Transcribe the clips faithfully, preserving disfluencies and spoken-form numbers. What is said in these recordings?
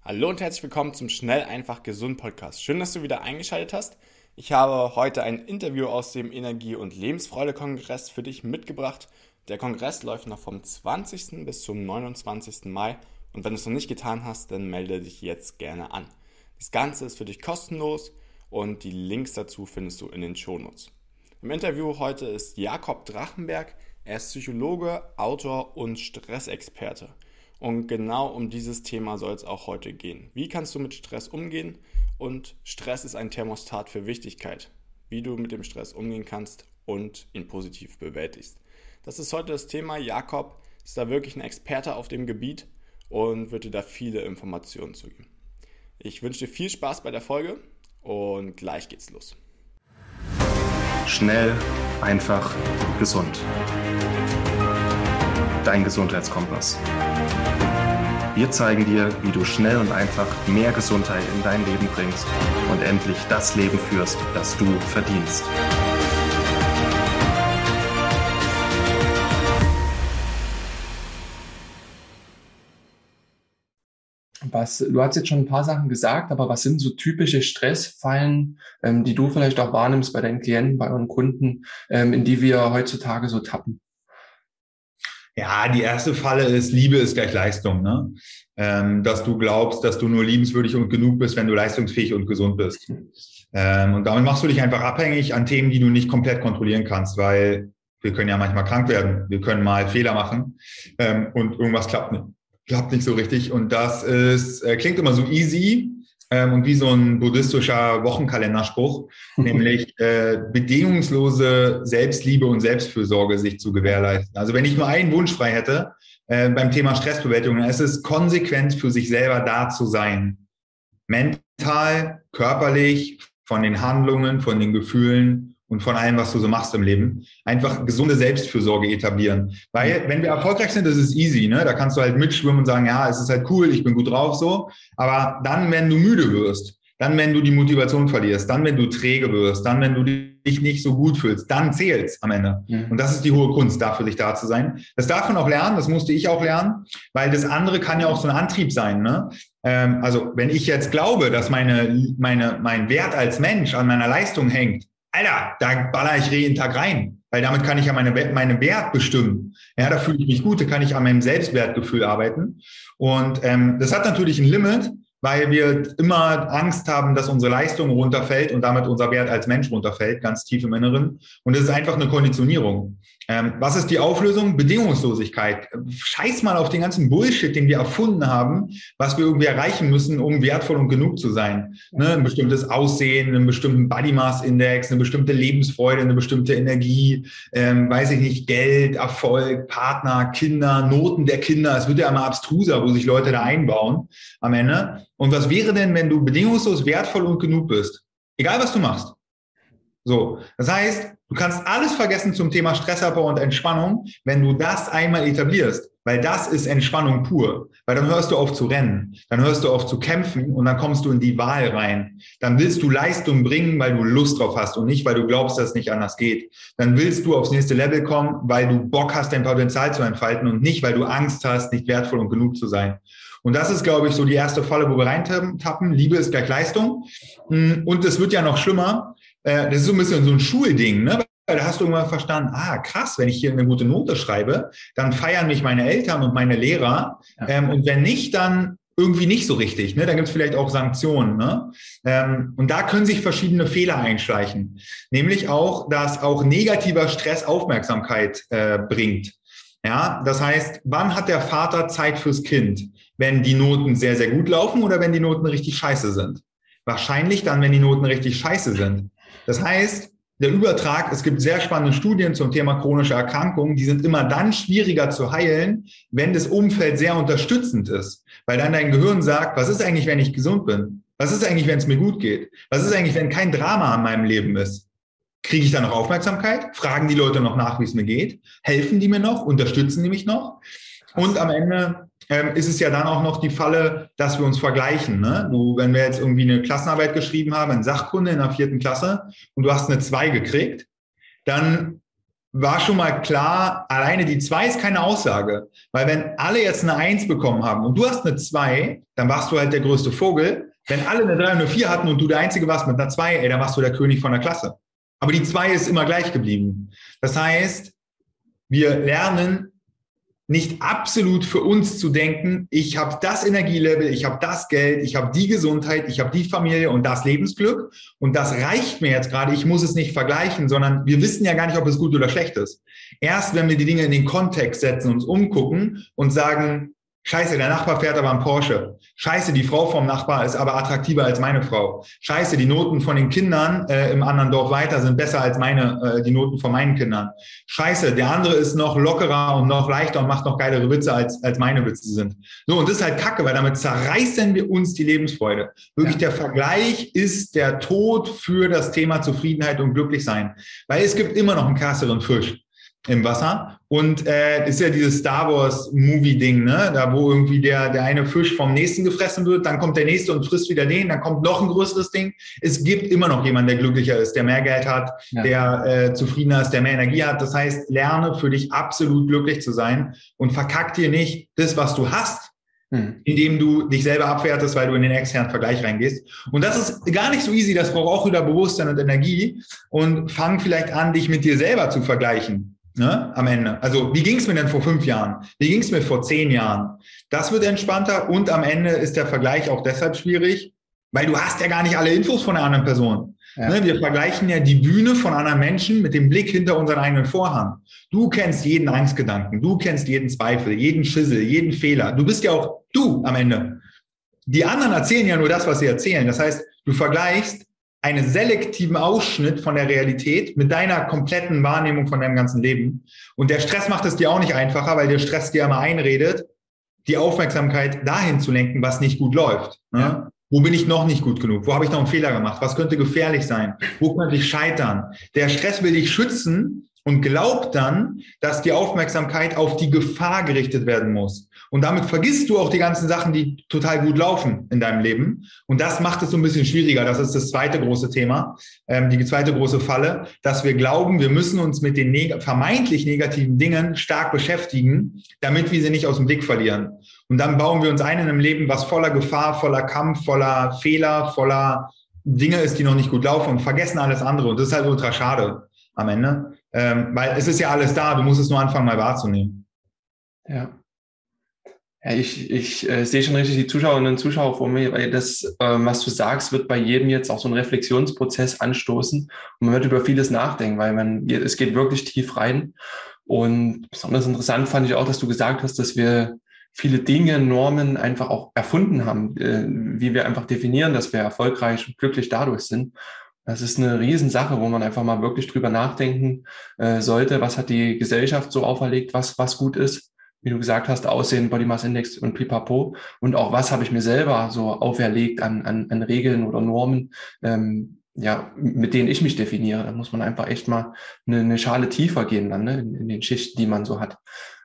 Hallo und herzlich willkommen zum Schnell, einfach, gesund Podcast. Schön, dass du wieder eingeschaltet hast. Ich habe heute ein Interview aus dem Energie- und Lebensfreude-Kongress für dich mitgebracht. Der Kongress läuft noch vom zwanzigsten bis zum neunundzwanzigsten Mai und wenn du es noch nicht getan hast, dann melde dich jetzt gerne an. Das Ganze ist für dich kostenlos und die Links dazu findest du in den Shownotes. Im Interview heute ist Jakob Drachenberg. Er ist Psychologe, Autor und Stressexperte. Und genau um dieses Thema soll es auch heute gehen. Wie kannst du mit Stress umgehen? Und Stress ist ein Thermostat für Wichtigkeit. Wie du mit dem Stress umgehen kannst und ihn positiv bewältigst. Das ist heute das Thema. Jakob ist da wirklich ein Experte auf dem Gebiet und wird dir da viele Informationen zu geben. Ich wünsche dir viel Spaß bei der Folge und gleich geht's los. Schnell, einfach, gesund. Dein Gesundheitskompass. Wir zeigen dir, wie du schnell und einfach mehr Gesundheit in dein Leben bringst und endlich das Leben führst, das du verdienst. Was, du hast jetzt schon ein paar Sachen gesagt, aber was sind so typische Stressfallen, ähm, die du vielleicht auch wahrnimmst bei deinen Klienten, bei euren Kunden, ähm, in die wir heutzutage so tappen? Ja, die erste Falle ist, Liebe ist gleich Leistung, ne? Ähm, dass du glaubst, dass du nur liebenswürdig und genug bist, wenn du leistungsfähig und gesund bist. Ähm, und damit machst du dich einfach abhängig an Themen, die du nicht komplett kontrollieren kannst, weil wir können ja manchmal krank werden, wir können mal Fehler machen ähm, und irgendwas klappt nicht, klappt nicht so richtig. Und das ist, äh, klingt immer so easy ähm, und wie so ein buddhistischer Wochenkalenderspruch, nämlich äh, bedingungslose Selbstliebe und Selbstfürsorge sich zu gewährleisten. Also wenn ich nur einen Wunsch frei hätte äh, beim Thema Stressbewältigung, dann ist es konsequent für sich selber da zu sein. Mental, körperlich, von den Handlungen, von den Gefühlen und von allem, was du so machst im Leben. Einfach gesunde Selbstfürsorge etablieren. Weil, wenn wir erfolgreich sind, ist es easy, ne? Da kannst du halt mitschwimmen und sagen, ja, es ist halt cool, ich bin gut drauf, so. Aber dann, wenn du müde wirst, dann, wenn du die Motivation verlierst, dann, wenn du träge wirst, dann, wenn du dich nicht so gut fühlst, dann zählt's am Ende. Mhm. Und das ist die hohe Kunst, dafür sich da zu sein. Das darf man auch lernen, das musste ich auch lernen, weil das andere kann ja auch so ein Antrieb sein, ne? Ähm, also, wenn ich jetzt glaube, dass meine, meine, mein Wert als Mensch an meiner Leistung hängt, Alter, da baller ich jeden Tag rein, weil damit kann ich ja meine, meine Wert bestimmen. Ja, da fühle ich mich gut, da kann ich an meinem Selbstwertgefühl arbeiten. Und ähm, das hat natürlich ein Limit, weil wir immer Angst haben, dass unsere Leistung runterfällt und damit unser Wert als Mensch runterfällt, ganz tief im Inneren. Und das ist einfach eine Konditionierung. Ähm, was ist die Auflösung? Bedingungslosigkeit. Scheiß mal auf den ganzen Bullshit, den wir erfunden haben, was wir irgendwie erreichen müssen, um wertvoll und genug zu sein. Ne? Ein bestimmtes Aussehen, einen bestimmten Body Mass Index, eine bestimmte Lebensfreude, eine bestimmte Energie, ähm, weiß ich nicht, Geld, Erfolg, Partner, Kinder, Noten der Kinder. Es wird ja immer abstruser, wo sich Leute da einbauen am Ende. Und was wäre denn, wenn du bedingungslos wertvoll und genug bist? Egal, was du machst. So, das heißt, du kannst alles vergessen zum Thema Stressabbau und Entspannung, wenn du das einmal etablierst, weil das ist Entspannung pur. Weil dann hörst du auf zu rennen, dann hörst du auf zu kämpfen und dann kommst du in die Wahl rein. Dann willst du Leistung bringen, weil du Lust drauf hast und nicht, weil du glaubst, dass es nicht anders geht. Dann willst du aufs nächste Level kommen, weil du Bock hast, dein Potenzial zu entfalten und nicht, weil du Angst hast, nicht wertvoll und genug zu sein. Und das ist, glaube ich, so die erste Falle, wo wir reintappen. Liebe ist gleich Leistung. Und es wird ja noch schlimmer. Das ist so ein bisschen so ein Schulding, ne? Weil da hast du irgendwann verstanden, ah, krass, wenn ich hier eine gute Note schreibe, dann feiern mich meine Eltern und meine Lehrer. Ja. Ähm, und wenn nicht, dann irgendwie nicht so richtig. Ne? Dann gibt es vielleicht auch Sanktionen. Ne? Ähm, und da können sich verschiedene Fehler einschleichen. Nämlich auch, dass auch negativer Stress Aufmerksamkeit äh, bringt. Ja, das heißt, wann hat der Vater Zeit fürs Kind? Wenn die Noten sehr, sehr gut laufen oder wenn die Noten richtig scheiße sind? Wahrscheinlich dann, wenn die Noten richtig scheiße sind. Das heißt, der Übertrag, es gibt sehr spannende Studien zum Thema chronische Erkrankungen, die sind immer dann schwieriger zu heilen, wenn das Umfeld sehr unterstützend ist. Weil dann dein Gehirn sagt, was ist eigentlich, wenn ich gesund bin? Was ist eigentlich, wenn es mir gut geht? Was ist eigentlich, wenn kein Drama in meinem Leben ist? Kriege ich da noch Aufmerksamkeit? Fragen die Leute noch nach, wie es mir geht? Helfen die mir noch? Unterstützen die mich noch? Und am Ende ähm, ist es ja dann auch noch die Falle, dass wir uns vergleichen. Ne? Du, wenn wir jetzt irgendwie eine Klassenarbeit geschrieben haben, in Sachkunde in der vierten Klasse und du hast eine zwei gekriegt, dann war schon mal klar, alleine die zwei ist keine Aussage. Weil wenn alle jetzt eine eins bekommen haben und du hast eine zwei, dann warst du halt der größte Vogel. Wenn alle eine drei und eine vier hatten und du der Einzige warst mit einer zwei, ey, dann warst du der König von der Klasse. Aber die zwei ist immer gleich geblieben. Das heißt, wir lernen nicht absolut für uns zu denken, ich habe das Energielevel, ich habe das Geld, ich habe die Gesundheit, ich habe die Familie und das Lebensglück und das reicht mir jetzt gerade, ich muss es nicht vergleichen, sondern wir wissen ja gar nicht, ob es gut oder schlecht ist. Erst wenn wir die Dinge in den Kontext setzen, uns umgucken und sagen, Scheiße, der Nachbar fährt aber einen Porsche. Scheiße, die Frau vom Nachbar ist aber attraktiver als meine Frau. Scheiße, die Noten von den Kindern äh, im anderen Dorf weiter sind besser als meine, äh, die Noten von meinen Kindern. Scheiße, der andere ist noch lockerer und noch leichter und macht noch geilere Witze, als, als meine Witze sind. So, und das ist halt Kacke, weil damit zerreißen wir uns die Lebensfreude. Wirklich, ja. Der Vergleich ist der Tod für das Thema Zufriedenheit und Glücklichsein. Weil es gibt immer noch einen krasseren Fisch im Wasser. Und äh, ist ja dieses Star Wars Movie Ding, ne? Da wo irgendwie der der eine Fisch vom nächsten gefressen wird, dann kommt der nächste und frisst wieder den, dann kommt noch ein größeres Ding. Es gibt immer noch jemanden, der glücklicher ist, der mehr Geld hat, ja. der äh, zufriedener ist, der mehr Energie hat. Das heißt, lerne für dich absolut glücklich zu sein und verkack dir nicht das, was du hast, hm. indem du dich selber abwertest, weil du in den externen Vergleich reingehst. Und das ist gar nicht so easy, das braucht auch wieder Bewusstsein und Energie. Und fang vielleicht an, dich mit dir selber zu vergleichen. Ne, am Ende. Also wie ging es mir denn vor fünf Jahren? Wie ging es mir vor zehn Jahren? Das wird entspannter und am Ende ist der Vergleich auch deshalb schwierig, weil du hast ja gar nicht alle Infos von der anderen Person. Ja. Ne, wir vergleichen ja die Bühne von anderen Menschen mit dem Blick hinter unseren eigenen Vorhang. Du kennst jeden Angstgedanken, du kennst jeden Zweifel, jeden Schissel, jeden Fehler. Du bist ja auch du am Ende. Die anderen erzählen ja nur das, was sie erzählen. Das heißt, du vergleichst einen selektiven Ausschnitt von der Realität mit deiner kompletten Wahrnehmung von deinem ganzen Leben. Und der Stress macht es dir auch nicht einfacher, weil der Stress dir immer einredet, die Aufmerksamkeit dahin zu lenken, was nicht gut läuft. Ne? Ja. Wo bin ich noch nicht gut genug? Wo habe ich noch einen Fehler gemacht? Was könnte gefährlich sein? Wo könnte ich scheitern? Der Stress will dich schützen und glaubt dann, dass die Aufmerksamkeit auf die Gefahr gerichtet werden muss. Und damit vergisst du auch die ganzen Sachen, die total gut laufen in deinem Leben. Und das macht es so ein bisschen schwieriger. Das ist das zweite große Thema, ähm, die zweite große Falle, dass wir glauben, wir müssen uns mit den neg- vermeintlich negativen Dingen stark beschäftigen, damit wir sie nicht aus dem Blick verlieren. Und dann bauen wir uns ein in einem Leben, was voller Gefahr, voller Kampf, voller Fehler, voller Dinge ist, die noch nicht gut laufen und vergessen alles andere. Und das ist halt ultra schade am Ende, ähm, weil es ist ja alles da. Du musst es nur anfangen, mal wahrzunehmen. Ja. Ja, ich, ich äh, sehe schon richtig die Zuschauerinnen und Zuschauer vor mir, weil das, ähm, was du sagst, wird bei jedem jetzt auch so einen Reflexionsprozess anstoßen und man wird über vieles nachdenken, weil man, es geht wirklich tief rein. Und besonders interessant fand ich auch, dass du gesagt hast, dass wir viele Dinge, Normen einfach auch erfunden haben, äh, wie wir einfach definieren, dass wir erfolgreich und glücklich dadurch sind. Das ist eine Riesensache, wo man einfach mal wirklich drüber nachdenken äh, sollte, was hat die Gesellschaft so auferlegt, was, was gut ist. Wie du gesagt hast, Aussehen, Body Mass Index und Pipapo. Und auch was habe ich mir selber so auferlegt an, an, an Regeln oder Normen, ähm, ja, mit denen ich mich definiere. Da muss man einfach echt mal eine, eine Schale tiefer gehen dann, ne, in, in den Schichten, die man so hat.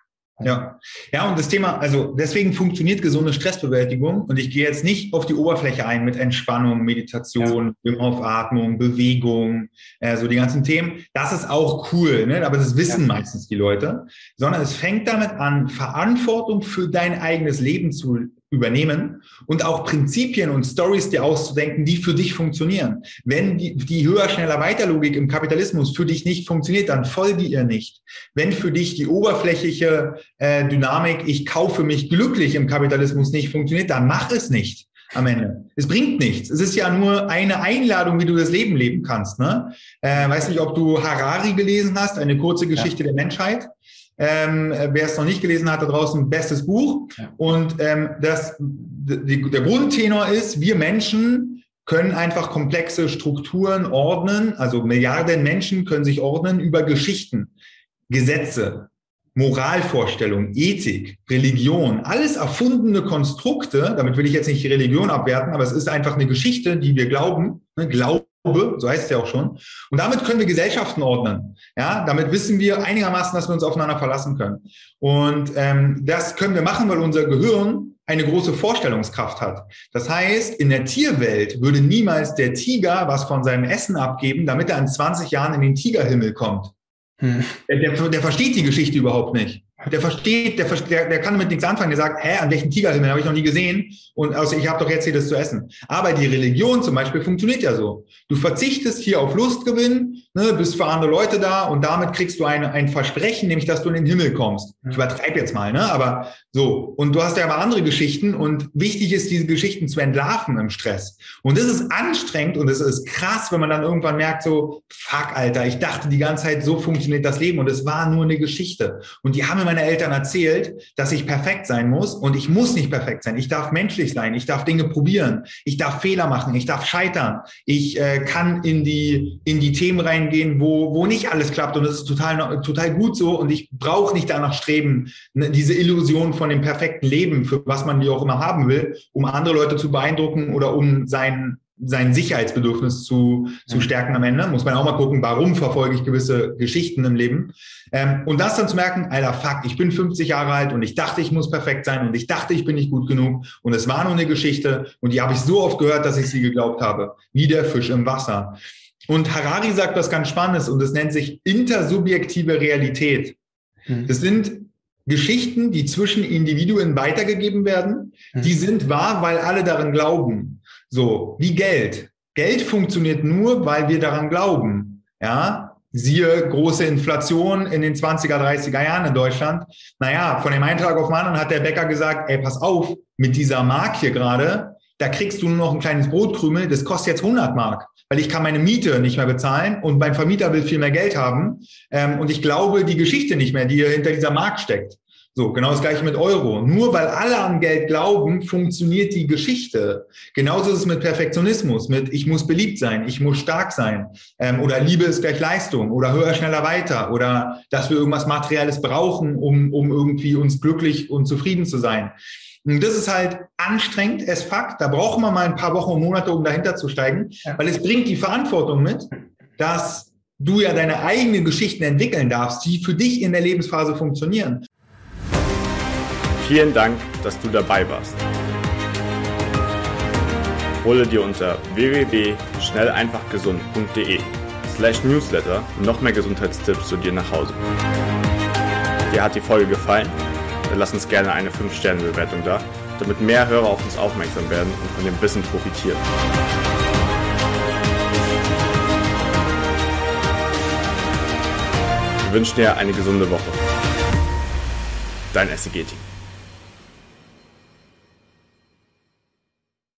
Ja, ja, und das Thema, also deswegen funktioniert gesunde Stressbewältigung und ich gehe jetzt nicht auf die Oberfläche ein mit Entspannung, Meditation, ja. Aufatmung, Bewegung, äh, so die ganzen Themen. Das ist auch cool, ne? Aber das wissen ja. meistens die Leute, sondern es fängt damit an, Verantwortung für dein eigenes Leben zu übernehmen und auch Prinzipien und Stories dir auszudenken, die für dich funktionieren. Wenn die, die höher, schneller, weiter Logik im Kapitalismus für dich nicht funktioniert, dann folge ihr nicht. Wenn für dich die oberflächliche äh, Dynamik, ich kaufe mich glücklich im Kapitalismus nicht funktioniert, dann mach es nicht am Ende. Es bringt nichts. Es ist ja nur eine Einladung, wie du das Leben leben kannst. Ne? Äh, weiß nicht, ob du Harari gelesen hast, eine kurze Geschichte ja. der Menschheit. Ähm, wer es noch nicht gelesen hat, da draußen, bestes Buch. Ja. Und ähm, das, die, der Grundtenor ist, wir Menschen können einfach komplexe Strukturen ordnen, also Milliarden Menschen können sich ordnen über Geschichten, Gesetze, Moralvorstellungen, Ethik, Religion, alles erfundene Konstrukte, damit will ich jetzt nicht die Religion abwerten, aber es ist einfach eine Geschichte, die wir glauben, ne, glauben, so heißt es ja auch schon. Und damit können wir Gesellschaften ordnen. Ja, damit wissen wir einigermaßen, dass wir uns aufeinander verlassen können. Und ähm, das können wir machen, weil unser Gehirn eine große Vorstellungskraft hat. Das heißt, in der Tierwelt würde niemals der Tiger was von seinem Essen abgeben, damit er in zwanzig Jahren in den Tigerhimmel kommt. Hm. Der, der, der versteht die Geschichte überhaupt nicht. Der versteht, der, der, der kann mit nichts anfangen. Der sagt, hä, an welchen Tigerhimmel habe ich noch nie gesehen? Und also ich habe doch jetzt hier das zu essen. Aber die Religion zum Beispiel funktioniert ja so. Du verzichtest hier auf Lustgewinn, ne, bist für andere Leute da und damit kriegst du ein, ein Versprechen, nämlich, dass du in den Himmel kommst. Ich übertreibe jetzt mal, ne, aber so. Und du hast ja aber andere Geschichten und wichtig ist, diese Geschichten zu entlarven im Stress. Und das ist anstrengend und es ist krass, wenn man dann irgendwann merkt so, fuck, Alter, ich dachte die ganze Zeit, so funktioniert das Leben und es war nur eine Geschichte. Und die haben mir meine Eltern erzählt, dass ich perfekt sein muss und ich muss nicht perfekt sein. Ich darf menschlich sein, ich darf Dinge probieren, ich darf Fehler machen, ich darf scheitern, ich äh, kann in die in die Themen reingehen, wo wo nicht alles klappt und das ist total total gut so und ich brauche nicht danach streben, ne, diese Illusion von dem perfekten Leben, für was man die auch immer haben will, um andere Leute zu beeindrucken oder um sein sein Sicherheitsbedürfnis zu, zu stärken am Ende. Muss man auch mal gucken, warum verfolge ich gewisse Geschichten im Leben. Ähm, und das dann zu merken, Alter, fuck, ich bin fünfzig Jahre alt und ich dachte, ich muss perfekt sein und ich dachte, ich bin nicht gut genug und es war nur eine Geschichte und die habe ich so oft gehört, dass ich sie geglaubt habe. Wie der Fisch im Wasser. Und Harari sagt was ganz Spannendes und das nennt sich intersubjektive Realität. Mhm. Das sind Geschichten, die zwischen Individuen weitergegeben werden. Mhm. Die sind wahr, weil alle daran glauben. So, wie Geld. Geld funktioniert nur, weil wir daran glauben. Ja, siehe große Inflation in den zwanziger, dreißiger Jahren in Deutschland. Naja, von dem einen Tag auf den anderen hat der Bäcker gesagt, ey, pass auf, mit dieser Mark hier gerade, da kriegst du nur noch ein kleines Brotkrümel, das kostet jetzt hundert Mark, weil ich kann meine Miete nicht mehr bezahlen und mein Vermieter will viel mehr Geld haben. Ähm, und ich glaube die Geschichte nicht mehr, die hinter dieser Mark steckt. So, genau das Gleiche mit Euro. Nur weil alle an Geld glauben, funktioniert die Geschichte. Genauso ist es mit Perfektionismus, mit ich muss beliebt sein, ich muss stark sein ähm, oder Liebe ist gleich Leistung oder höher, schneller, weiter oder dass wir irgendwas Materielles brauchen, um, um irgendwie uns glücklich und zufrieden zu sein. Und das ist halt anstrengend, as fuck. Da brauchen wir mal ein paar Wochen und Monate, um dahinter zu steigen, weil es bringt die Verantwortung mit, dass du ja deine eigenen Geschichten entwickeln darfst, die für dich in der Lebensphase funktionieren. Vielen Dank, dass du dabei warst. Hole dir unter w w w punkt schnell einfach gesund punkt de slash newsletter noch mehr Gesundheitstipps zu dir nach Hause. Dir hat die Folge gefallen? Dann lass uns gerne eine fünf Sterne Bewertung da, damit mehr Hörer auf uns aufmerksam werden und von dem Wissen profitieren. Wir wünschen dir eine gesunde Woche. Dein S E G-Team.